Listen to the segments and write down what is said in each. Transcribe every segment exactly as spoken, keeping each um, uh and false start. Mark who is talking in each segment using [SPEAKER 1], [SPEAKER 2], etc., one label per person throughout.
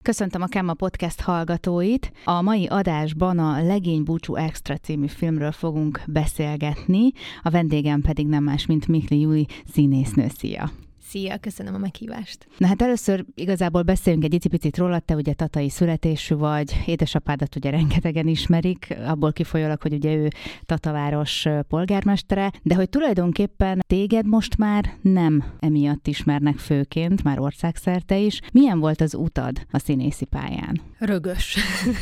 [SPEAKER 1] Köszöntöm a Kemma Podcast hallgatóit. A mai adásban a Legény búcsú extra című filmről fogunk beszélgetni, a vendégem pedig nem más, mint Mikli Júli színésznő. Szia!
[SPEAKER 2] Szia, köszönöm a meghívást.
[SPEAKER 1] Na hát először igazából beszéljünk egy icipicit rólad, te ugye tatai születésű vagy, édesapádat ugye rengetegen ismerik, abból kifolyólag, hogy ugye ő Tataváros polgármestere, de hogy tulajdonképpen téged most már nem emiatt ismernek főként, már országszerte is. Milyen volt az utad a színészi pályán?
[SPEAKER 2] Rögös.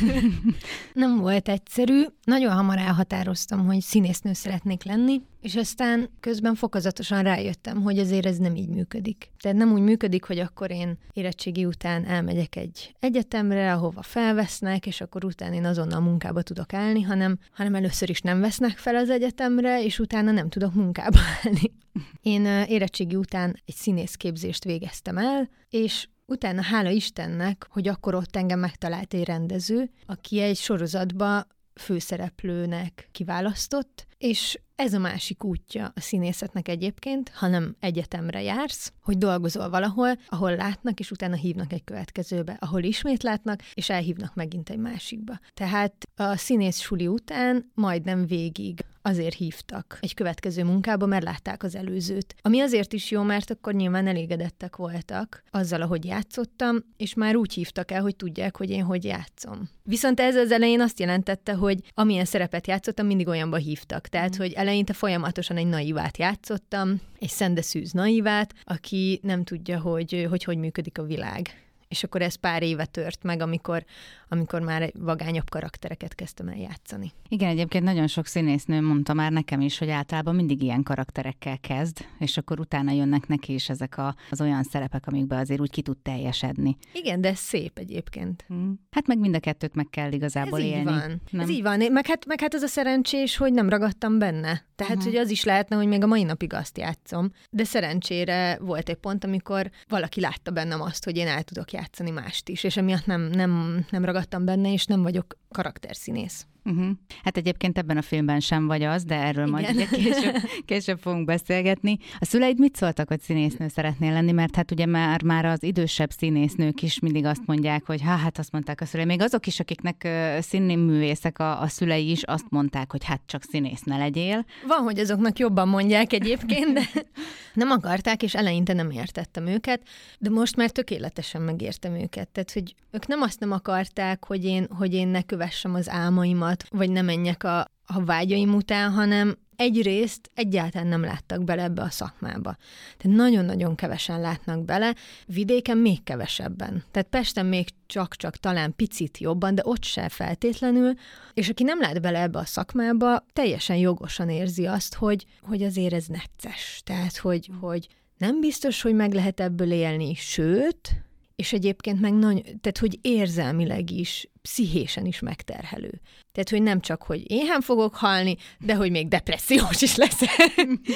[SPEAKER 2] Nem volt egyszerű. Nagyon hamar elhatároztam, hogy színésznő szeretnék lenni, és aztán közben fokozatosan rájöttem, hogy azért ez nem így működik. Tehát nem úgy működik, hogy akkor én érettségi után elmegyek egy egyetemre, ahova felvesznek, és akkor utána én azonnal munkába tudok állni, hanem, hanem először is nem vesznek fel az egyetemre, és utána nem tudok munkába állni. Én érettségi után egy színészképzést végeztem el, és utána hála Istennek, hogy akkor ott engem megtalált egy rendező, aki egy sorozatba főszereplőnek kiválasztott, és ez a másik útja a színészetnek egyébként, ha nem egyetemre jársz, hogy dolgozol valahol, ahol látnak, és utána hívnak egy következőbe, ahol ismét látnak, és elhívnak megint egy másikba. Tehát a színész suli után majdnem végig azért hívtak egy következő munkába, mert látták az előzőt. Ami azért is jó, mert akkor nyilván elégedettek voltak azzal, ahogy játszottam, és már úgy hívtak el, hogy tudják, hogy én hogy játszom. Viszont ez az elején azt jelentette, hogy amilyen szerepet játszottam, mindig olyanba hívtak. Tehát, mm. hogy eleinte folyamatosan egy naivát játszottam, egy szendeszűz naivát, aki nem tudja, hogy hogy, hogy működik a világ. És akkor ez pár éve tört meg, amikor, amikor már vagányabb karaktereket kezdtem el játszani.
[SPEAKER 1] Igen, egyébként nagyon sok színésznő mondta már nekem is, hogy általában mindig ilyen karakterekkel kezd, és akkor utána jönnek neki is ezek a, az olyan szerepek, amikben azért úgy ki tud teljesedni.
[SPEAKER 2] Igen, de ez szép egyébként.
[SPEAKER 1] Hmm. Hát meg mind a kettőt meg kell igazából
[SPEAKER 2] ez
[SPEAKER 1] élni.
[SPEAKER 2] Így van. Nem? Ez így van. Meg hát, meg hát az a szerencsés, hogy nem ragadtam benne. Tehát, uh-huh. hogy az is lehetne, hogy még a mai napig azt játszom. De szerencsére volt egy pont, amikor valaki látta bennem azt, hogy én el tudok játszani mást is, és emiatt nem, nem, nem ragadtam benne, és nem vagyok karakterszínész.
[SPEAKER 1] Uh-huh. Hát egyébként ebben a filmben sem vagy az, de erről majd ugye később, később fogunk beszélgetni. A szüleid mit szóltak, hogy színésznő szeretnél lenni? Mert hát ugye már, már az idősebb színésznők is mindig azt mondják, hogy hát, hát azt mondták a szülei. Még azok is, akiknek uh, színművészek a, a szülei is azt mondták, hogy hát csak színész ne legyél.
[SPEAKER 2] Van, hogy azoknak jobban mondják egyébként, de nem akarták, és eleinte nem értettem őket, de most már tökéletesen megértem őket. Tehát, hogy ők nem azt nem akarták, hogy én, hogy én ne kövessem az álmaimat, vagy ne menjek a, a vágyaim után, hanem egyrészt egyáltalán nem láttak bele ebbe a szakmába. Tehát nagyon-nagyon kevesen látnak bele, vidéken még kevesebben. Tehát Pesten még csak-csak talán picit jobban, de ott se feltétlenül, és aki nem lát bele ebbe a szakmába, teljesen jogosan érzi azt, hogy, hogy azért ez necces. Tehát, hogy, hogy nem biztos, hogy meg lehet ebből élni, sőt, és egyébként meg nagyon, tehát, hogy érzelmileg is, pszichésen is megterhelő. Tehát, hogy nem csak, hogy éhen fogok halni, de hogy még depressziós is leszek.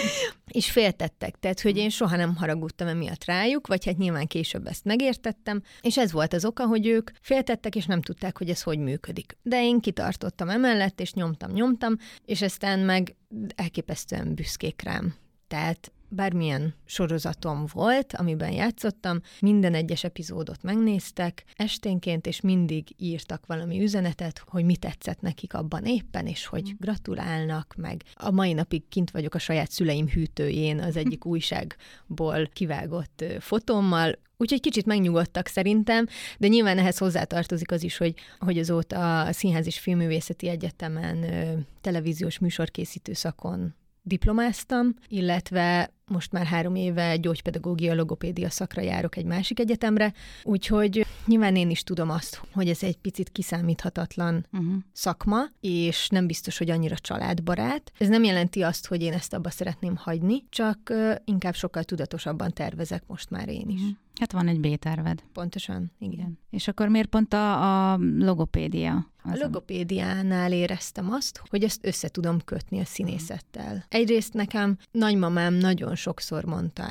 [SPEAKER 2] És féltettek. Tehát, hogy én soha nem haragudtam emiatt rájuk, vagy hát nyilván később ezt megértettem, és ez volt az oka, hogy ők féltettek, és nem tudták, hogy ez hogy működik. De én kitartottam emellett, és nyomtam, nyomtam, és aztán meg elképesztően büszkék rám. Tehát bármilyen sorozatom volt, amiben játszottam, minden egyes epizódot megnéztek esténként, és mindig írtak valami üzenetet, hogy mi tetszett nekik abban éppen, és hogy gratulálnak, meg a mai napig kint vagyok a saját szüleim hűtőjén az egyik újságból kivágott fotómmal, úgyhogy kicsit megnyugodtak szerintem, de nyilván ehhez hozzátartozik az is, hogy, hogy azóta a Színház és Filmművészeti Egyetemen televíziós műsorkészítő szakon diplomáztam, illetve most már három éve gyógypedagógia, logopédia szakra járok egy másik egyetemre, úgyhogy nyilván én is tudom azt, hogy ez egy picit kiszámíthatatlan uh-huh. szakma, és nem biztos, hogy annyira családbarát. Ez nem jelenti azt, hogy én ezt abba szeretném hagyni, csak uh, inkább sokkal tudatosabban tervezek most már én is. Uh-huh.
[SPEAKER 1] Hát van egy B-terved.
[SPEAKER 2] Pontosan, igen. igen.
[SPEAKER 1] És akkor miért pont a, a logopédia?
[SPEAKER 2] A logopédiánál éreztem azt, hogy ezt össze tudom kötni a színészettel. Egyrészt nekem nagymamám nagyon sokszor mondta el,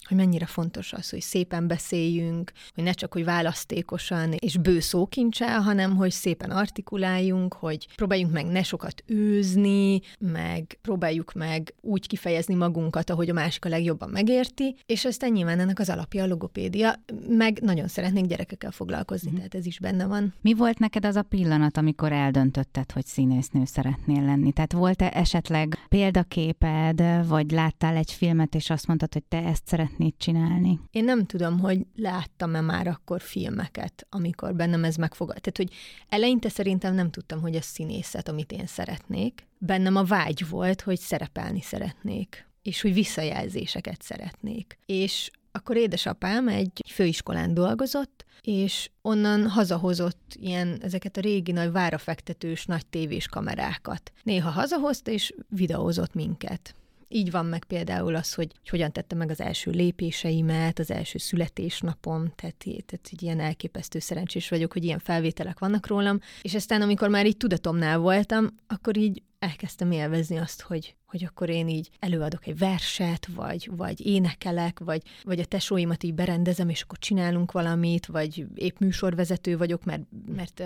[SPEAKER 2] hogy mennyire fontos az, hogy szépen beszéljünk, hogy ne csak, hogy választékosan és bő szókincsel, hanem hogy szépen artikuláljunk, hogy próbáljunk meg ne sokat űzni, meg próbáljuk meg úgy kifejezni magunkat, ahogy a másik a legjobban megérti, és aztán nyilván ennek az alapja a logopédia, meg nagyon szeretnék gyerekekkel foglalkozni, mm. tehát ez is benne van.
[SPEAKER 1] Mi volt neked az a pillanat, amikor eldöntötted, hogy színésznő szeretnél lenni? Tehát volt-e esetleg példaképed, vagy láttál egy filmet, és azt mondtad, hogy te ezt szeretnéd csinálni?
[SPEAKER 2] Én nem tudom, hogy láttam-e már akkor filmeket, amikor bennem ez megfogad. Tehát, hogy eleinte szerintem nem tudtam, hogy a színészet, amit én szeretnék. Bennem a vágy volt, hogy szerepelni szeretnék, és hogy visszajelzéseket szeretnék. És akkor édesapám egy főiskolán dolgozott, és onnan hazahozott ilyen, ezeket a régi nagy várafektetős, nagy tévés kamerákat. Néha hazahozta, és videózott minket. Így van meg például az, hogy, hogy hogyan tettem meg az első lépéseimet, az első születésnapom, tehát, tehát így ilyen elképesztő szerencsés vagyok, hogy ilyen felvételek vannak rólam, és aztán amikor már így tudatomnál voltam, akkor így elkezdtem élvezni azt, hogy, hogy akkor én így előadok egy verset, vagy, vagy énekelek, vagy, vagy a tesóimat így berendezem, és akkor csinálunk valamit, vagy épp műsorvezető vagyok, mert, mert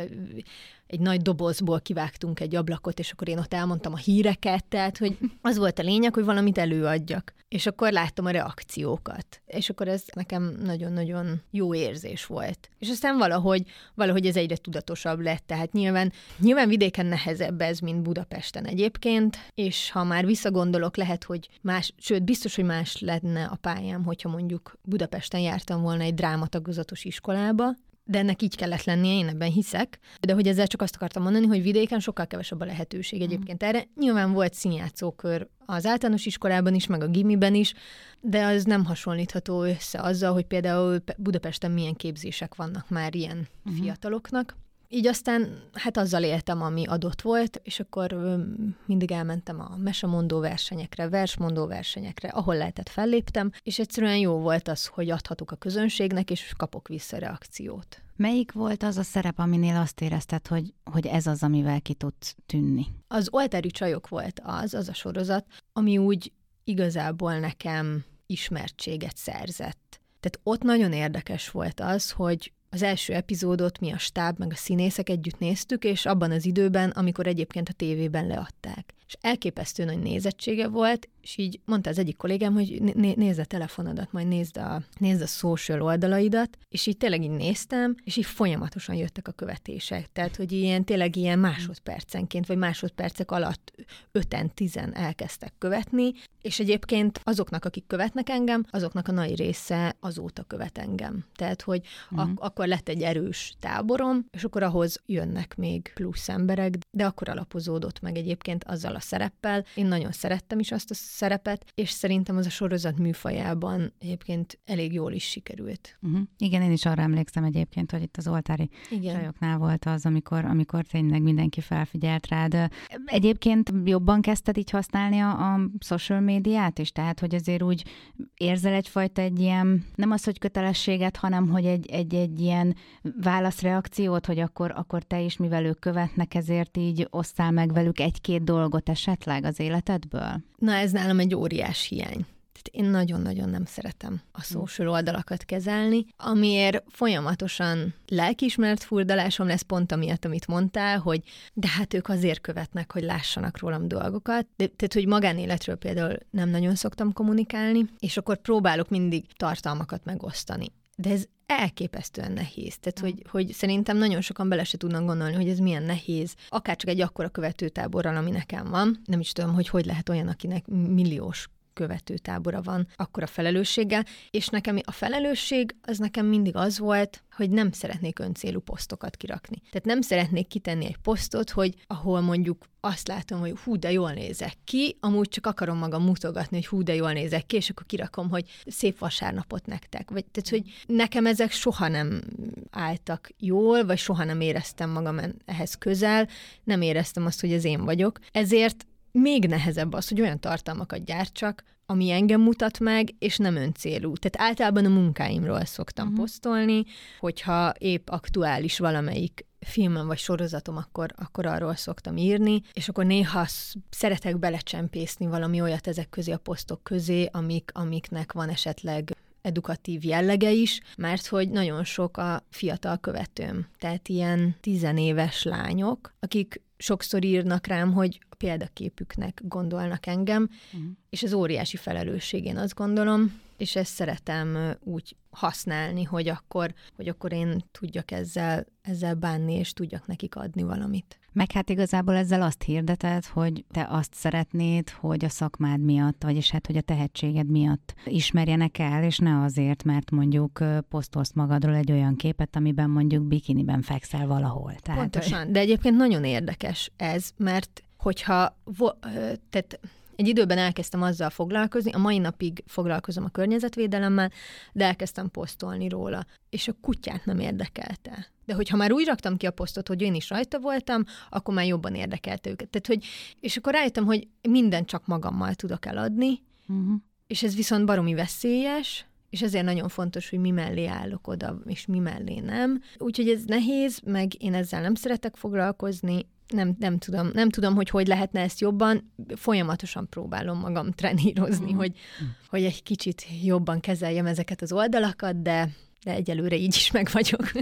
[SPEAKER 2] egy nagy dobozból kivágtunk egy ablakot, és akkor én ott elmondtam a híreket, tehát hogy az volt a lényeg, hogy valamit előadjak. És akkor láttam a reakciókat. És akkor ez nekem nagyon-nagyon jó érzés volt. És aztán valahogy, valahogy ez egyre tudatosabb lett, tehát nyilván, nyilván vidéken nehezebb ez, mint Budapesten egyébként, és ha már visszagondolok, lehet, hogy más, sőt, biztos, hogy más lenne a pályám, hogyha mondjuk Budapesten jártam volna egy drámatagozatos iskolába, de ennek így kellett lennie, én ebben hiszek. De hogy ezzel csak azt akartam mondani, hogy vidéken sokkal kevesebb a lehetőség egyébként erre. Nyilván volt színjátszókör az általános iskolában is, meg a gimiben is, de az nem hasonlítható össze azzal, hogy például Budapesten milyen képzések vannak már ilyen uh-huh. fiataloknak. Így aztán hát azzal éltem, ami adott volt, és akkor mindig elmentem a mesemondó versenyekre, versmondó versenyekre, ahol lehetett felléptem, és egyszerűen jó volt az, hogy adhatok a közönségnek, és kapok vissza reakciót.
[SPEAKER 1] Melyik volt az a szerep, aminél azt érezted, hogy, hogy ez az, amivel ki tudsz tűnni?
[SPEAKER 2] Az Oltári csajok volt az, az a sorozat, ami úgy igazából nekem ismertséget szerzett. Tehát ott nagyon érdekes volt az, hogy az első epizódot mi a stáb, meg a színészek együtt néztük, és abban az időben, amikor egyébként a tévében leadták. És elképesztő nagy nézettsége volt, és így mondta az egyik kollégám, hogy né- nézd a telefonodat, majd nézd a, nézd a social oldalaidat, és így tényleg így néztem, és így folyamatosan jöttek a követések. Tehát, hogy ilyen tényleg ilyen másodpercenként, vagy másodpercek alatt öten, tizen elkezdtek követni, és egyébként azoknak, akik követnek engem, azoknak a nagy része azóta követ engem. Tehát, hogy uh-huh. ak- akkor lett egy erős táborom, és akkor ahhoz jönnek még plusz emberek, de akkor alapozódott meg egyébként azzal a szereppel. Én nagyon szerettem is azt a szerepet, és szerintem az a sorozat műfajában egyébként elég jól is sikerült.
[SPEAKER 1] Uh-huh. Igen, én is arra emlékszem egyébként, hogy itt az Oltári Igen. csajoknál volt az, amikor, amikor tényleg mindenki felfigyelt rád. Egyébként jobban kezdted így használni a, a social médiát is? Tehát, hogy azért úgy érzel egyfajta egy ilyen, nem az, hogy kötelességet, hanem hogy egy, egy, egy ilyen válaszreakciót, hogy akkor, akkor te is, mivel ők követnek, ezért így osszál meg velük egy-két dolgot esetleg az életedből?
[SPEAKER 2] Na, ez nálam egy óriás hiány. Tehát én nagyon-nagyon nem szeretem a social oldalakat kezelni, amiért folyamatosan lelkiismeret furdalásom lesz pont amiatt, amit mondtál, hogy de hát ők azért követnek, hogy lássanak rólam dolgokat. De, tehát, hogy magánéletről például nem nagyon szoktam kommunikálni, és akkor próbálok mindig tartalmakat megosztani. De ez elképesztően nehéz. Tehát, mm. hogy, hogy szerintem nagyon sokan bele se tudnak gondolni, hogy ez milyen nehéz. Akárcsak egy akkora követőtáborral, ami nekem van. Nem is tudom, hogy hogy lehet olyan, akinek milliós követőtábora van, akkora felelősséggel, és nekem a felelősség az nekem mindig az volt, hogy nem szeretnék öncélú posztokat kirakni. Tehát nem szeretnék kitenni egy posztot, hogy ahol mondjuk azt látom, hogy hú, de jól nézek ki, amúgy csak akarom magam mutogatni, hogy hú, de jól nézek ki, és akkor kirakom, hogy szép vasárnapot nektek. Vagy, tehát, hogy nekem ezek soha nem álltak jól, vagy soha nem éreztem magam ehhez közel, nem éreztem azt, hogy ez én vagyok. Ezért még nehezebb az, hogy olyan tartalmakat gyártsak, ami engem mutat meg, és nem öncélú. Tehát általában a munkáimról szoktam uh-huh. posztolni, hogyha épp aktuális valamelyik filmem vagy sorozatom, akkor, akkor arról szoktam írni, és akkor néha szeretek belecsempészni valami olyat ezek közé a posztok közé, amik, amiknek van esetleg edukatív jellege is, mert hogy nagyon sok a fiatal követőm, tehát ilyen tizenéves lányok, akik sokszor írnak rám, hogy a példaképüknek gondolnak engem, uh-huh. és ez óriási felelősség, én azt gondolom, és ezt szeretem úgy használni, hogy akkor, hogy akkor én tudjak ezzel, ezzel bánni, és tudjak nekik adni valamit.
[SPEAKER 1] Meg hát igazából ezzel azt hirdeted, hogy te azt szeretnéd, hogy a szakmád miatt, vagyis hát, hogy a tehetséged miatt ismerjenek el, és ne azért, mert mondjuk posztolsz magadról egy olyan képet, amiben mondjuk bikiniben fekszel valahol. Tehát,
[SPEAKER 2] pontosan, de egyébként nagyon érdekes ez, mert hogyha vo- tehát egy időben elkezdtem azzal foglalkozni, a mai napig foglalkozom a környezetvédelemmel, de elkezdtem posztolni róla, és a kutyát nem érdekelte. De hogyha már úgy raktam ki a posztot, hogy én is rajta voltam, akkor már jobban érdekelte őket. Tehát, hogy, és akkor rájöttem, hogy mindent csak magammal tudok eladni, uh-huh. és ez viszont baromi veszélyes, és ezért nagyon fontos, hogy mi mellé állok oda, és mi mellé nem. Úgyhogy ez nehéz, meg én ezzel nem szeretek foglalkozni, Nem, nem, tudom, nem tudom, hogy hogy lehetne ezt jobban, folyamatosan próbálom magam trenírozni, mm. hogy, hogy egy kicsit jobban kezeljem ezeket az oldalakat, de, de egyelőre így is meg vagyok.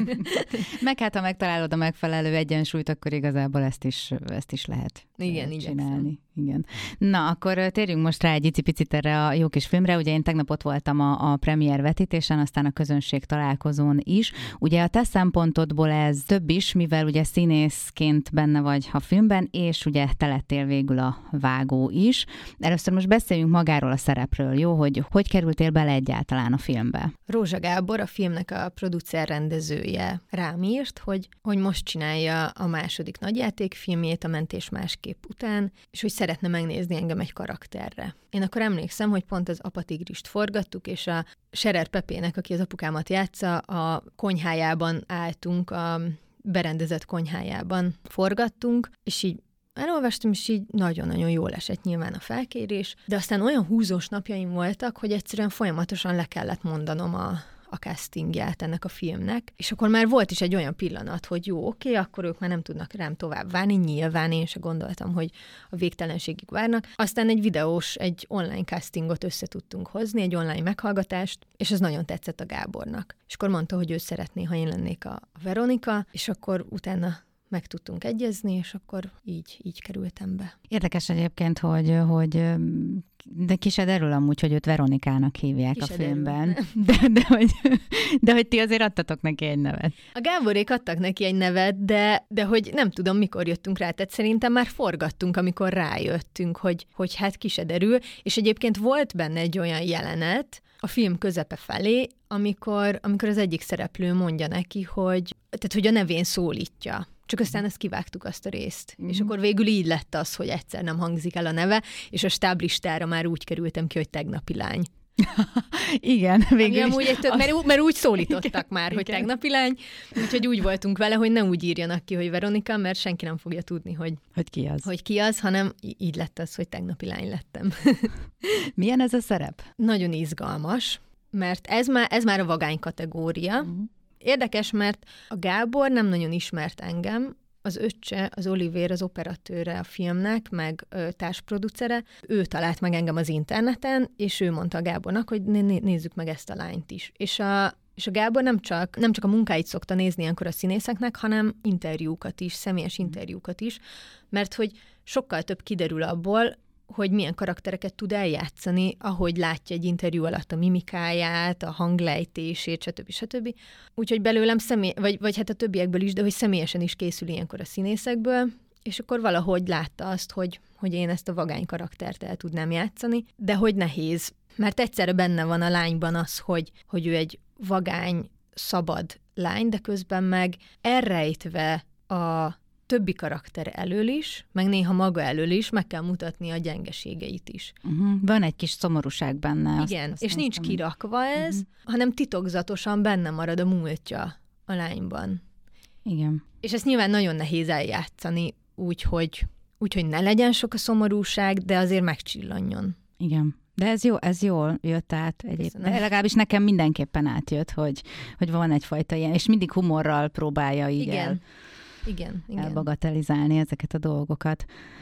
[SPEAKER 1] Meg hát, ha megtalálod a megfelelő egyensúlyt, akkor igazából ezt is, ezt is lehet
[SPEAKER 2] Igen,
[SPEAKER 1] csinálni. Igen. Na, akkor térjünk most rá egy icipicit erre a jó kis filmre. Ugye én tegnap ott voltam a, a premier vetítésen, aztán a közönség találkozón is. Ugye a te szempontodból ez több is, mivel ugye színészként benne vagy a filmben, és ugye te lettél végül a vágó is. Először most beszéljünk magáról a szerepről, jó? Hogy hogy kerültél bele egyáltalán a filmbe?
[SPEAKER 2] Rózsa Gábor, a filmnek a producer rendezője rám írt, hogy, hogy most csinálja a második nagyjátékfilmjét a Mentés másképp után, és hogy szeretne megnézni engem egy karakterre. Én akkor emlékszem, hogy pont az Apatigrist forgattuk, és a Scherer Pepének, aki az apukámat játsza, a konyhájában álltunk, a berendezett konyhájában forgattunk, és így elolvastam, és így nagyon-nagyon jól esett nyilván a felkérés, de aztán olyan húzós napjaim voltak, hogy egyszerűen folyamatosan le kellett mondanom a a castingját ennek a filmnek, és akkor már volt is egy olyan pillanat, hogy jó, oké, akkor ők már nem tudnak rám tovább várni, nyilván én se gondoltam, hogy a végtelenségig várnak. Aztán egy videós, egy online castingot össze tudtunk hozni, egy online meghallgatást, és ez nagyon tetszett a Gábornak. És akkor mondta, hogy ő szeretné, ha én lennék a Veronika, és akkor utána meg tudtunk egyezni, és akkor így, így kerültem be.
[SPEAKER 1] Érdekes egyébként, hogy, hogy de ki se derül amúgy, hogy őt Veronikának hívják ki a filmben. De, de, hogy, de hogy ti azért adtatok neki egy nevet.
[SPEAKER 2] A Gáborék adtak neki egy nevet, de, de hogy nem tudom, mikor jöttünk rá, tehát szerintem már forgattunk, amikor rájöttünk, hogy, hogy hát ki se derül, és egyébként volt benne egy olyan jelenet a film közepe felé, amikor, amikor az egyik szereplő mondja neki, hogy, tehát, hogy a nevén szólítja. Csak aztán ezt kivágtuk, azt a részt. Mm-hmm. És akkor végül így lett az, hogy egyszer nem hangzik el a neve, és a stáblistára már úgy kerültem ki, hogy tegnapi lány.
[SPEAKER 1] Igen, végül
[SPEAKER 2] amúgy egy tök, mert, mert úgy szólítottak igen, már, hogy
[SPEAKER 1] igen.
[SPEAKER 2] tegnapi lány, úgyhogy úgy voltunk vele, hogy ne úgy írjanak ki, hogy Veronika, mert senki nem fogja tudni, hogy,
[SPEAKER 1] hogy ki az.
[SPEAKER 2] Hogy ki az, hanem így lett az, hogy tegnapi lány lettem.
[SPEAKER 1] Milyen ez a szerep?
[SPEAKER 2] Nagyon izgalmas, mert ez már, ez már a vagány kategória. Mm. Érdekes, mert a Gábor nem nagyon ismert engem, az öccse, az Olivér, az operatőre a filmnek, meg ö, társproducere, ő talált meg engem az interneten, és ő mondta a Gábornak, hogy né- nézzük meg ezt a lányt is. És a, és a Gábor nem csak, nem csak a munkáit szokta nézni ilyenkor a színészeknek, hanem interjúkat is, személyes interjúkat is, mert hogy sokkal több kiderül abból, hogy milyen karaktereket tud eljátszani, ahogy látja egy interjú alatt a mimikáját, a hanglejtését, stb. stb. Úgyhogy belőlem személy, vagy, vagy hát a többiekből is, de hogy személyesen is készül ilyenkor a színészekből, és akkor valahogy látta azt, hogy, hogy én ezt a vagány karaktert el tudnám játszani, de hogy nehéz, mert egyszerre benne van a lányban az, hogy, hogy ő egy vagány, szabad lány, de közben meg elrejtve a többi karakter elől is, meg néha maga elől is, meg kell mutatni a gyengeségeit is.
[SPEAKER 1] Uh-huh. Van egy kis szomorúság benne.
[SPEAKER 2] Igen,
[SPEAKER 1] azt,
[SPEAKER 2] és
[SPEAKER 1] azt
[SPEAKER 2] nincs
[SPEAKER 1] mondtam.
[SPEAKER 2] kirakva ez, uh-huh. hanem titokzatosan benne marad a múltja a lányban.
[SPEAKER 1] Igen.
[SPEAKER 2] És ezt nyilván nagyon nehéz eljátszani úgy, hogy, úgy, hogy ne legyen sok a szomorúság, de azért megcsillanjon.
[SPEAKER 1] Igen. De ez jó, ez jól jött át egyébként. De legalábbis nekem mindenképpen átjött, hogy, hogy van egyfajta ilyen, és mindig humorral próbálja így
[SPEAKER 2] igen.
[SPEAKER 1] el,
[SPEAKER 2] igen, igen.
[SPEAKER 1] elbagatelizálni ezeket a dolgokat.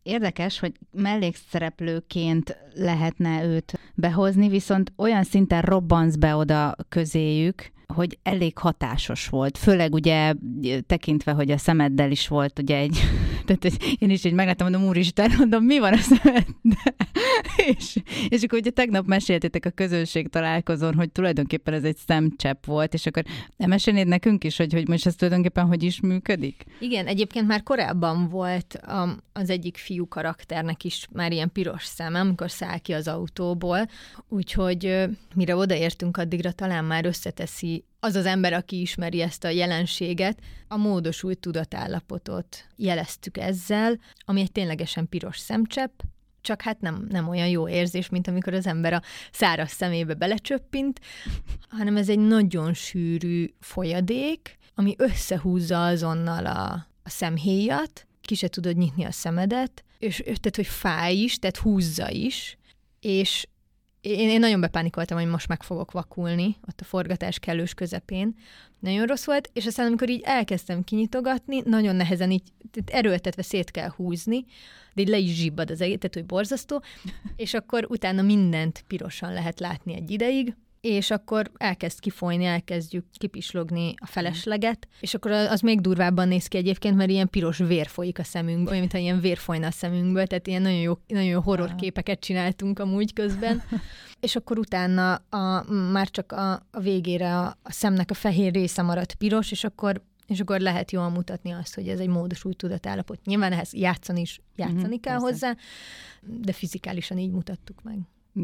[SPEAKER 1] Érdekes, hogy mellékszereplőként lehetne őt behozni, viszont olyan szinten robbansz be oda közéjük, hogy elég hatásos volt. Főleg ugye tekintve, hogy a szemeddel is volt ugye egy, tehát én is így megláttam, mondom, úristen, mondom, mi van a szemeddel? és, és akkor ugye tegnap meséltétek a közönség találkozón, hogy tulajdonképpen ez egy szemcsepp volt, és akkor mesélnéd nekünk is, hogy, hogy most ez tulajdonképpen hogy is működik?
[SPEAKER 2] Igen, egyébként már korábban volt um, az egyik fiú karakternek is már ilyen piros szeme, amikor száll ki az autóból, úgyhogy uh, mire odaértünk, addigra talán már összeteszi az az ember, aki ismeri ezt a jelenséget, a módosult tudatállapotot jeleztük ezzel, ami egy ténylegesen piros szemcsepp, csak hát nem, nem olyan jó érzés, mint amikor az ember a száraz szemébe belecsöppint, hanem ez egy nagyon sűrű folyadék, ami összehúzza azonnal a, a szemhéjat, ki se tudod nyitni a szemedet, és tehát, hogy fáj is, tehát húzza is, és Én, én nagyon bepánikoltam, hogy most meg fogok vakulni, ott a forgatás kellős közepén. Nagyon rossz volt, és aztán amikor így elkezdtem kinyitogatni, nagyon nehezen így erőltetve szét kell húzni, de így le is zsibbad az egész, tehát hogy borzasztó, és akkor utána mindent pirosan lehet látni egy ideig, és akkor elkezd kifolyni, elkezdjük kipislogni a felesleget, és akkor az még durvábban néz ki egyébként, mert ilyen piros vér folyik a szemünkből, olyan, mintha ilyen vér folyna a szemünkből, tehát ilyen nagyon jó, nagyon jó horror képeket csináltunk amúgy közben. És akkor utána a, már csak a, a végére a, a szemnek a fehér része maradt piros, és akkor, és akkor lehet jól mutatni azt, hogy ez egy módosult tudatállapot. Nyilván ehhez játszani is játszani mm-hmm, kell persze. hozzá, de fizikálisan így mutattuk meg.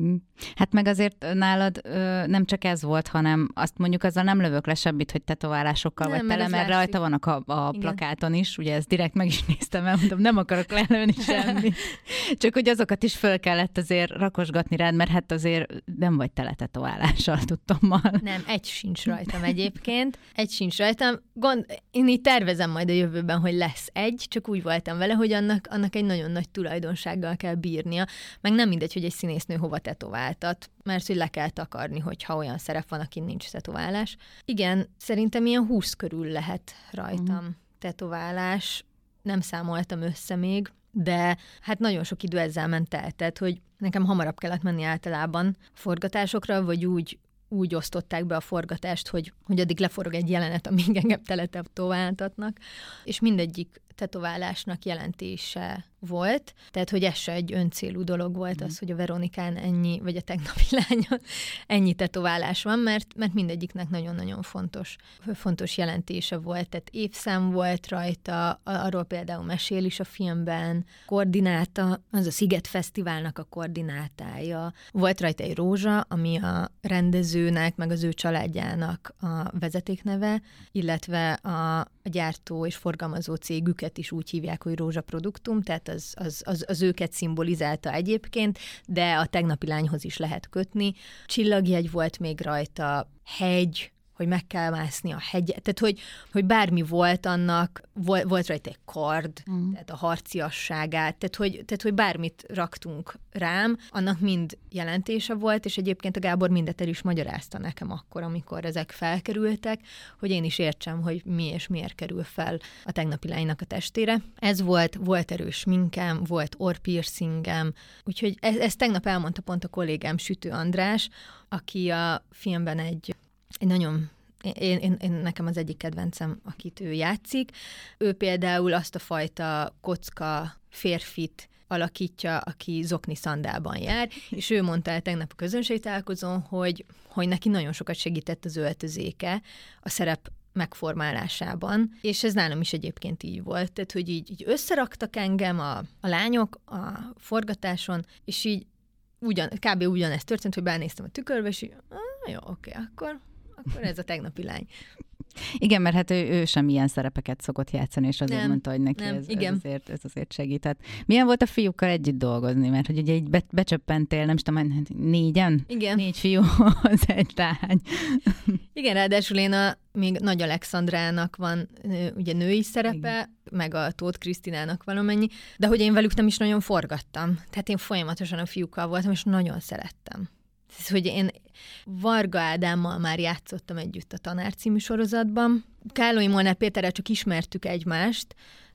[SPEAKER 1] Hát meg azért nálad ö, nem csak ez volt, hanem azt mondjuk azzal nem lövök le semmit, hogy tetoválásokkal nem, vagy tele, mert rajta vannak a, a plakáton is, ugye ezt direkt meg is néztem el, mondom, nem akarok lelőni semmit. Csak hogy azokat is föl kellett azért rakosgatni rád, mert hát azért nem vagy tele tetoválással, tudtommal.
[SPEAKER 2] Nem, egy sincs rajtam egyébként, egy sincs rajtam. Gond, én így tervezem majd a jövőben, hogy lesz egy, csak úgy voltam vele, hogy annak, annak egy nagyon nagy tulajdonsággal kell bírnia, meg nem mindegy, hogy egy színésznő hova tetováltat, mert hogy le kell takarni, hogyha olyan szerep van, akin nincs tetoválás. Igen, szerintem ilyen húsz körül lehet rajtam uh-huh. tetoválás. Nem számoltam össze még, de hát nagyon sok idő ezzel ment el. Tehát, hogy nekem hamarabb kellett menni általában forgatásokra, vagy úgy, úgy osztották be a forgatást, hogy, hogy addig leforog egy jelenet, amíg engem teletetováltatnak, és mindegyik tetoválásnak jelentése volt, tehát hogy ez se egy öncélú dolog volt mm. az, hogy a Veronikán ennyi, vagy a tegnapi lányon ennyi tetoválás van, mert, mert mindegyiknek nagyon-nagyon fontos, fontos jelentése volt, tehát évszám volt rajta, arról például mesél is a filmben, koordináta, az a Sziget Fesztiválnak a koordinátája, volt rajta egy rózsa, ami a rendezőnek, meg az ő családjának a vezetékneve, illetve a, a gyártó és forgalmazó cégüket is úgy hívják, hogy Rózsa Produktum, tehát az, az, az, az őket szimbolizálta egyébként, de a tegnapi lányhoz is lehet kötni. Csillagjegy volt még rajta, hegy, hogy meg kell mászni a hegyet, tehát hogy, hogy bármi volt annak, volt, volt rajta egy kard, mm. tehát a harciasságát, tehát hogy, tehát hogy bármit raktunk rám, annak mind jelentése volt, és egyébként a Gábor mindet el is magyarázta nekem akkor, amikor ezek felkerültek, hogy én is értsem, hogy mi és miért kerül fel a tegnapi lánynak a testére. Ez volt, volt erős minkem, volt orrpiercingem, úgyhogy ez, ez tegnap elmondta pont a kollégám Sütő András, aki a filmben egy Egy nagyon, én, én, én, nekem az egyik kedvencem, akit ő játszik. Ő például azt a fajta kocka férfit alakítja, aki zokni szandálban jár, és ő mondta el tegnap a közönségtalálkozón, hogy, hogy neki nagyon sokat segített az öltözéke a szerep megformálásában, és ez nálam is egyébként így volt, tehát hogy így, így összeraktak engem a, a lányok a forgatáson, és így ugyan, kb. Ugyanezt történt, hogy benéztem a tükörbe, és így, ah, jó, oké, akkor akkor ez a tegnapi lány.
[SPEAKER 1] Igen, mert hát ő, ő sem ilyen szerepeket szokott játszani, és azért nem, mondta, hogy neki
[SPEAKER 2] nem,
[SPEAKER 1] ez, ez, azért, ez azért segített. Milyen volt a fiúkkal együtt dolgozni? Mert hogy ugye így be, becsöppentél, nem is tudom, négyen?
[SPEAKER 2] Igen.
[SPEAKER 1] Négy fiú, az egy lány.
[SPEAKER 2] Igen, ráadásul én a, még Nagy Alexandrának van ugye női szerepe, igen. meg a Tóth Krisztinának valamennyi, de hogy én velük nem is nagyon forgattam. Tehát én folyamatosan a fiúkkal voltam, és nagyon szerettem. Ez, hogy én Varga Ádámmal már játszottam együtt a Tanár című sorozatban. Kállói Molnár Péterrel csak ismertük egymást,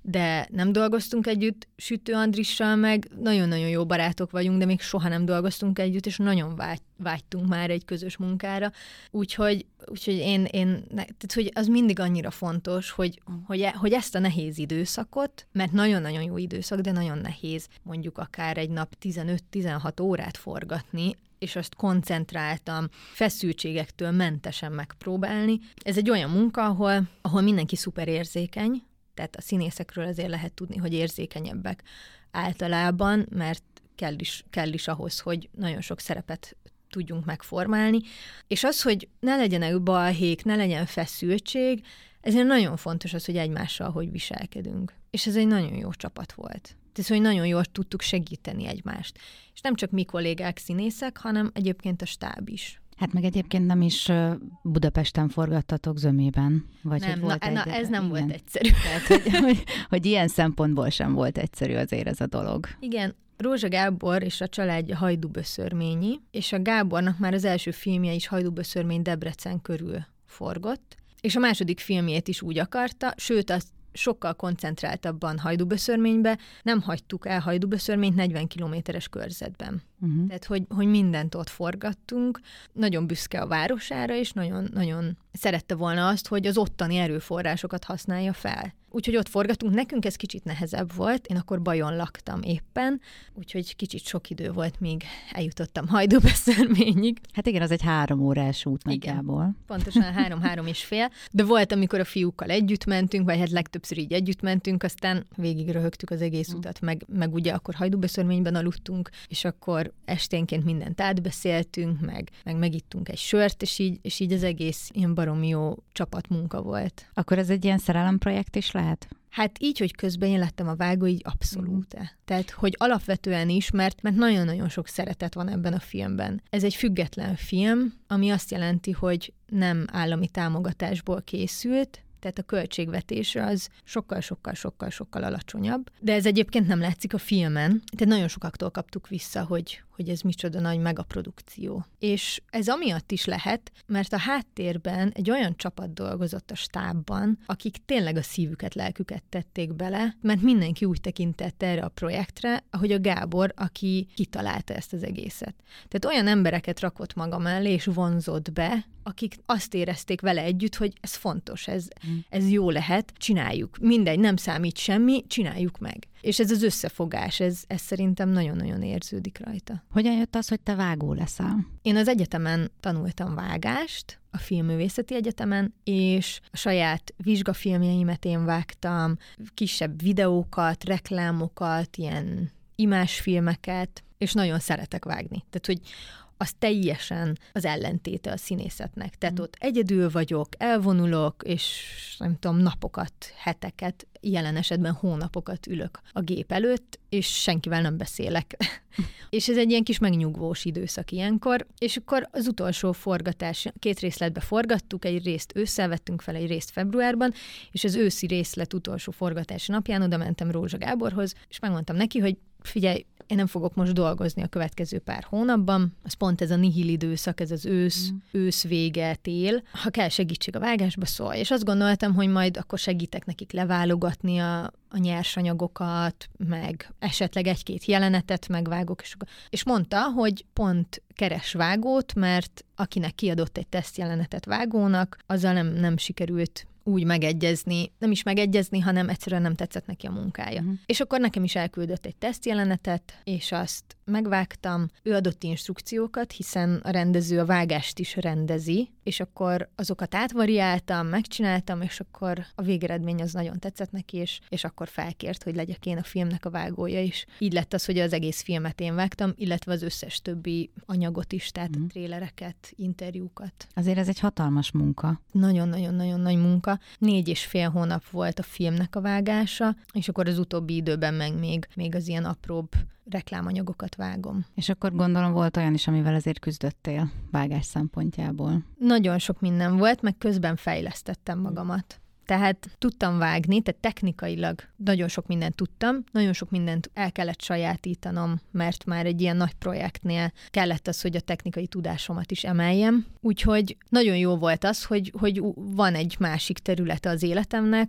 [SPEAKER 2] de nem dolgoztunk együtt, Sütő Andrissal meg nagyon-nagyon jó barátok vagyunk, de még soha nem dolgoztunk együtt, és nagyon vágy, vágytunk már egy közös munkára. Úgyhogy, úgyhogy én, én tehát, hogy az mindig annyira fontos, hogy, hogy, hogy ezt a nehéz időszakot, mert nagyon-nagyon jó időszak, de nagyon nehéz mondjuk akár egy nap tizenöt-tizenhat órát forgatni, és azt koncentráltam, feszültségektől mentesen megpróbálni. Ez egy olyan munka, ahol, ahol mindenki szuper érzékeny, tehát a színészekről azért lehet tudni, hogy érzékenyebbek általában, mert kell is, kell is ahhoz, hogy nagyon sok szerepet tudjunk megformálni. És az, hogy ne legyenek balhék, ne legyen feszültség, ezért nagyon fontos az, hogy egymással hogy viselkedünk. És ez egy nagyon jó csapat volt. Tehát, hogy nagyon jól tudtuk segíteni egymást. És nem csak mi kollégák, színészek, hanem egyébként a stáb is.
[SPEAKER 1] Hát meg egyébként nem is Budapesten forgattatok Zömében? Vagy
[SPEAKER 2] nem,
[SPEAKER 1] hogy volt
[SPEAKER 2] na,
[SPEAKER 1] egy,
[SPEAKER 2] na ez nem
[SPEAKER 1] igen.
[SPEAKER 2] volt egyszerű.
[SPEAKER 1] Tehát, hogy, hogy, hogy ilyen szempontból sem volt egyszerű azért ez a dolog.
[SPEAKER 2] Igen, Rózsa Gábor és a családja Hajdúböszörményi, és a Gábornak már az első filmje is Hajdúböszörmény Debrecen körül forgott, és a második filmjét is úgy akarta, sőt, azt sokkal koncentráltabban Hajdúböszörménybe, nem hagytuk el Hajdúböszörményt negyven kilométeres körzetben. Uh-huh. Tehát, hogy, hogy mindent ott forgattunk, nagyon büszke a városára, és nagyon, nagyon szerette volna azt, hogy az ottani erőforrásokat használja fel. Úgyhogy ott forgatunk, nekünk ez kicsit nehezebb volt, én akkor Bajon laktam éppen, úgyhogy kicsit sok idő volt, míg eljutottam Hajdúböszörményig.
[SPEAKER 1] Hát igen, az egy három órás út nagyjából.
[SPEAKER 2] Igen, pontosan három-három és fél, de volt, amikor a fiúkkal együtt mentünk, vagy hát legtöbbször így együtt mentünk, aztán végig röhögtük az egész utat, meg, meg ugye akkor Hajdúböszörményben aludtunk, és akkor esténként mindent átbeszéltünk, meg, meg megittunk egy sört, és így, és így az egész ilyen baromi jó csapatmunka volt.
[SPEAKER 1] Akkor ez egy ilyen szerelemprojekt is lehet?
[SPEAKER 2] Hát így, hogy közben én lettem a vágó, így abszolút. Mm. Tehát, hogy alapvetően is, mert, mert nagyon-nagyon sok szeretet van ebben a filmben. Ez egy független film, ami azt jelenti, hogy nem állami támogatásból készült, tehát a költségvetése az sokkal-sokkal-sokkal-sokkal alacsonyabb. De ez egyébként nem látszik a filmen. Tehát nagyon sokaktól kaptuk vissza, hogy, hogy ez micsoda nagy megaprodukció. És ez amiatt is lehet, mert a háttérben egy olyan csapat dolgozott a stábban, akik tényleg a szívüket, lelküket tették bele, mert mindenki úgy tekintett erre a projektre, ahogy a Gábor, aki kitalálta ezt az egészet. Tehát olyan embereket rakott maga mellé, és vonzott be, akik azt érezték vele együtt, hogy ez fontos, ez, ez jó lehet, csináljuk. Mindegy, nem számít semmi, csináljuk meg. És ez az összefogás, ez, ez szerintem nagyon-nagyon érződik rajta.
[SPEAKER 1] Hogyan jött az, hogy te vágó leszel?
[SPEAKER 2] Én az egyetemen tanultam vágást, a Filmművészeti Egyetemen, és a saját vizsgafilmjeimet én vágtam, kisebb videókat, reklámokat, ilyen imásfilmeket, és nagyon szeretek vágni. Tehát, hogy az teljesen az ellentéte a színészetnek. Tehát mm. ott egyedül vagyok, elvonulok, és nem tudom, napokat, heteket, jelen esetben hónapokat ülök a gép előtt, és senkivel nem beszélek. És ez egy ilyen kis megnyugvós időszak ilyenkor, és akkor az utolsó forgatás, két részletbe forgattuk, egy részt ősszel vettünk fel, egy részt februárban, és az őszi részlet utolsó forgatási napján oda mentem Rózsa Gáborhoz, és megmondtam neki, hogy figyelj, én nem fogok most dolgozni a következő pár hónapban, az pont ez a nihil időszak, ez az ősz, mm. ősz vége, tél. Ha kell segítség a vágásba, szólj. És azt gondoltam, hogy majd akkor segítek nekik leválogatni a, a nyersanyagokat, meg esetleg egy-két jelenetet megvágok. És, és mondta, hogy pont keres vágót, mert akinek kiadott egy tesztjelenetet vágónak, azzal nem, nem sikerült úgy megegyezni, nem is megegyezni, hanem egyszerűen nem tetszett neki a munkája. Uh-huh. És akkor nekem is elküldött egy tesztjelenetet, és azt megvágtam. Ő adott instrukciókat, hiszen a rendező a vágást is rendezi, és akkor azokat átvariáltam, megcsináltam, és akkor a végeredmény az nagyon tetszett neki, és, és akkor felkért, hogy legyek én a filmnek a vágója is. Így lett az, hogy az egész filmet én vágtam, illetve az összes többi anyagot is, tehát uh-huh. a trélereket, interjúkat.
[SPEAKER 1] Azért ez egy hatalmas munka.
[SPEAKER 2] Nagyon-nagyon-nagyon nagy munka. Négy és fél hónap volt a filmnek a vágása, és akkor az utóbbi időben meg még, még az ilyen apróbb reklámanyagokat vágom.
[SPEAKER 1] És akkor gondolom volt olyan is, amivel azért küzdöttél vágás szempontjából.
[SPEAKER 2] Nagyon sok minden volt, meg közben fejlesztettem magamat. Tehát tudtam vágni, tehát technikailag nagyon sok mindent tudtam, nagyon sok mindent el kellett sajátítanom, mert már egy ilyen nagy projektnél kellett az, hogy a technikai tudásomat is emeljem. Úgyhogy nagyon jó volt az, hogy, hogy van egy másik területe az életemnek,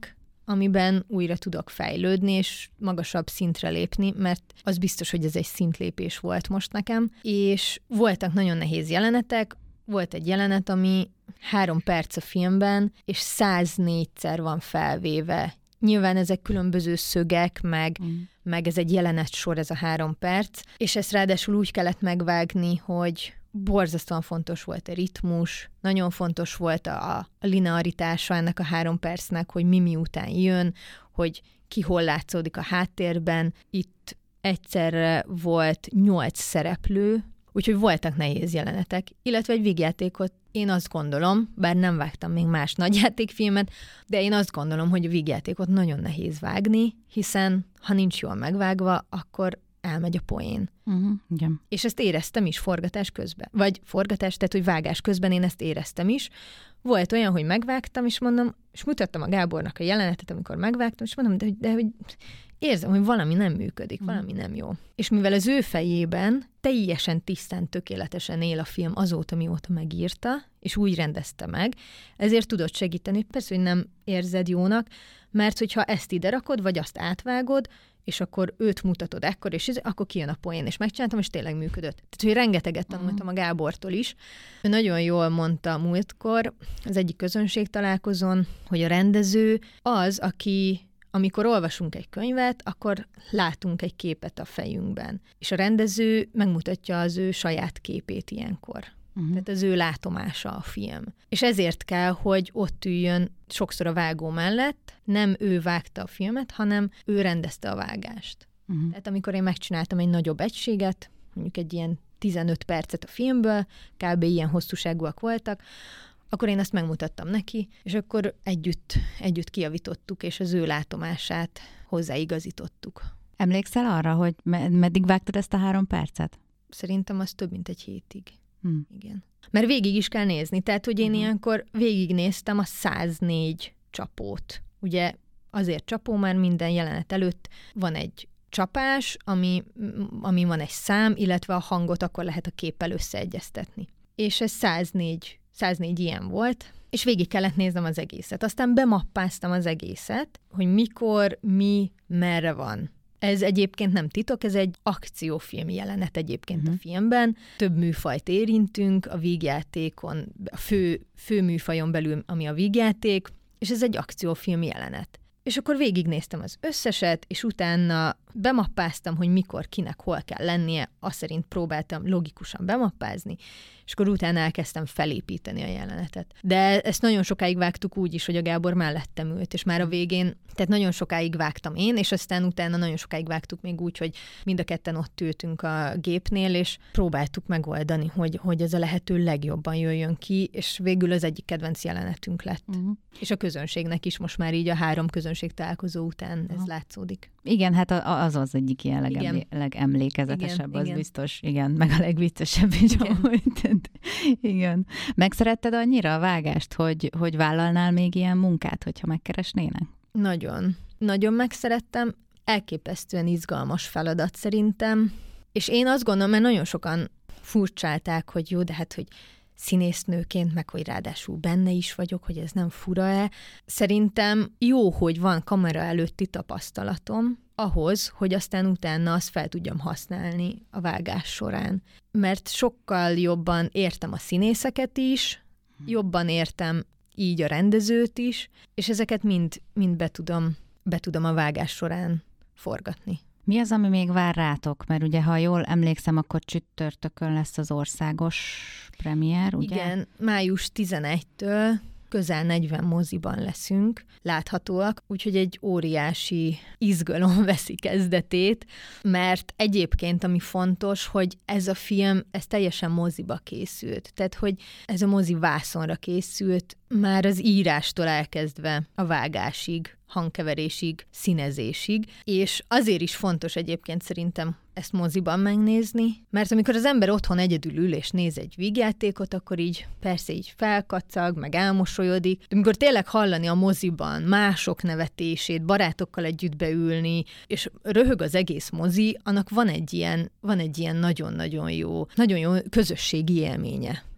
[SPEAKER 2] amiben újra tudok fejlődni, és magasabb szintre lépni, mert az biztos, hogy ez egy szintlépés volt most nekem, és voltak nagyon nehéz jelenetek, volt egy jelenet, ami három perc a filmben, és száznégyszer van felvéve. Nyilván ezek különböző szögek, meg, mm. meg ez egy jelenetsor, ez a három perc, és ezt ráadásul úgy kellett megvágni, hogy borzasztóan fontos volt a ritmus, nagyon fontos volt a, a linearitása ennek a három percnek, hogy mi miután jön, hogy ki hol látszódik a háttérben. Itt egyszerre volt nyolc szereplő, úgyhogy voltak nehéz jelenetek, illetve egy vígjátékot én azt gondolom, bár nem vágtam még más nagyjátékfilmet, de én azt gondolom, hogy a vígjátékot nagyon nehéz vágni, hiszen ha nincs jól megvágva, akkor elmegy a poén.
[SPEAKER 1] Uh-huh, igen.
[SPEAKER 2] És ezt éreztem is forgatás közben. Vagy forgatás, tehát hogy vágás közben én ezt éreztem is. Volt olyan, hogy megvágtam, és mondom, és mutattam a Gábornak a jelenetet, amikor megvágtam, és mondom, de, de, de hogy érzem, hogy valami nem működik, uh-huh. valami nem jó. És mivel az ő fejében teljesen tisztán, tökéletesen él a film azóta, mióta megírta, és úgy rendezte meg, ezért tudott segíteni. Persze, hogy nem érzed jónak, mert hogyha ezt ide rakod, vagy azt átvágod, és akkor őt mutatod ekkor, és ez, akkor kijön a poén, és megcsináltam, és tényleg működött. Tehát, hogy rengeteget tanultam a Gábortól is. Ő nagyon jól mondta múltkor az egyik közönségtalálkozón, hogy a rendező az, aki, amikor olvasunk egy könyvet, akkor látunk egy képet a fejünkben. És a rendező megmutatja az ő saját képét ilyenkor. Uh-huh. Tehát az ő látomása a film. És ezért kell, hogy ott üljön sokszor a vágó mellett, nem ő vágta a filmet, hanem ő rendezte a vágást. Uh-huh. Tehát amikor én megcsináltam egy nagyobb egységet, mondjuk egy ilyen tizenöt percet a filmből, kb. Ilyen hosszúságúak voltak, akkor én azt megmutattam neki, és akkor együtt, együtt kijavítottuk, és az ő látomását hozzáigazítottuk.
[SPEAKER 1] Emlékszel arra, hogy meddig vágtad ezt a három percet?
[SPEAKER 2] Szerintem az több, mint egy hétig.
[SPEAKER 1] Hmm.
[SPEAKER 2] Igen. Mert végig is kell nézni. Tehát, hogy én uh-huh. ilyenkor végignéztem a száznégy csapót. Ugye azért csapó, már minden jelenet előtt van egy csapás, ami, ami van egy szám, illetve a hangot akkor lehet a képpel összeegyeztetni. És ez száznégy, száznégy ilyen volt, és végig kellett néznem az egészet. Aztán bemappáztam az egészet, hogy mikor, mi, merre van. Ez egyébként nem titok, ez egy akciófilm jelenet egyébként uh-huh. a filmben. Több műfajt érintünk, a vígjátékon, a fő, fő műfajon belül, ami a vígjáték, és ez egy akciófilm jelenet. És akkor végignéztem az összeset, és utána bemappáztam, hogy mikor, kinek, hol kell lennie, azt szerint próbáltam logikusan bemappázni, és akkor utána elkezdtem felépíteni a jelenetet. De ezt nagyon sokáig vágtuk úgy is, hogy a Gábor mellettem ült, és már a végén, tehát nagyon sokáig vágtam én, és aztán utána nagyon sokáig vágtuk még úgy, hogy mind a ketten ott ültünk a gépnél, és próbáltuk megoldani, hogy, hogy ez a lehető legjobban jöjjön ki, és végül az egyik kedvenc jelenetünk lett. Uh-huh. És a közönségnek is most már így a három közönség találkozó után ez uh-huh. látszódik.
[SPEAKER 1] Igen, hát az az egyik ilyen legemlé- legemlékezetesebb, igen, az igen. biztos. Igen, meg a legviccesebb is. Igen. igen. Megszeretted annyira a vágást, hogy, hogy vállalnál még ilyen munkát, hogyha megkeresnének?
[SPEAKER 2] Nagyon. Nagyon megszerettem. Elképesztően izgalmas feladat szerintem. És én azt gondolom, mert nagyon sokan furcsálták, hogy jó, de hát, hogy színésznőként, meg hogy ráadásul benne is vagyok, hogy ez nem fura-e. Szerintem jó, hogy van kamera előtti tapasztalatom ahhoz, hogy aztán utána azt fel tudjam használni a vágás során. Mert sokkal jobban értem a színészeket is, jobban értem így a rendezőt is, és ezeket mind, mind be tudom, be tudom a vágás során forgatni.
[SPEAKER 1] Mi az, ami még vár rátok? Mert ugye, ha jól emlékszem, akkor csütörtökön lesz az országos premier, ugye?
[SPEAKER 2] Igen, május tizenegyedikétől közel negyven moziban leszünk, láthatóak, úgyhogy egy óriási izgalom veszi kezdetét, mert egyébként, ami fontos, hogy ez a film, ez teljesen moziba készült. Tehát, hogy ez a mozi vászonra készült, már az írástól elkezdve a vágásig, hangkeverésig, színezésig, és azért is fontos egyébként szerintem ezt moziban megnézni, mert amikor az ember otthon egyedül ül és néz egy vígjátékot, akkor így persze így felkacag, meg elmosolyodik, de amikor tényleg hallani a moziban mások nevetését, barátokkal együtt beülni, és röhög az egész mozi, annak van egy ilyen, van egy ilyen nagyon-nagyon jó, nagyon jó közösségi élménye.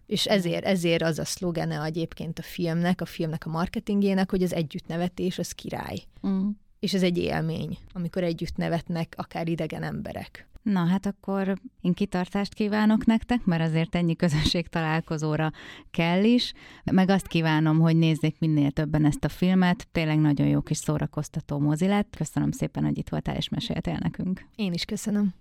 [SPEAKER 2] És ezért, ezért az a szlogene egyébként a filmnek, a filmnek a marketingének, hogy az együttnevetés az király. Mm. És ez egy élmény, amikor együtt nevetnek akár idegen emberek.
[SPEAKER 1] Na, hát akkor én kitartást kívánok nektek, mert azért ennyi közönség találkozóra kell is, meg azt kívánom, hogy nézzék minél többen ezt a filmet, tényleg nagyon jó kis szórakoztató mozi lett. Köszönöm szépen, hogy itt voltál és meséltél nekünk.
[SPEAKER 2] Én is köszönöm.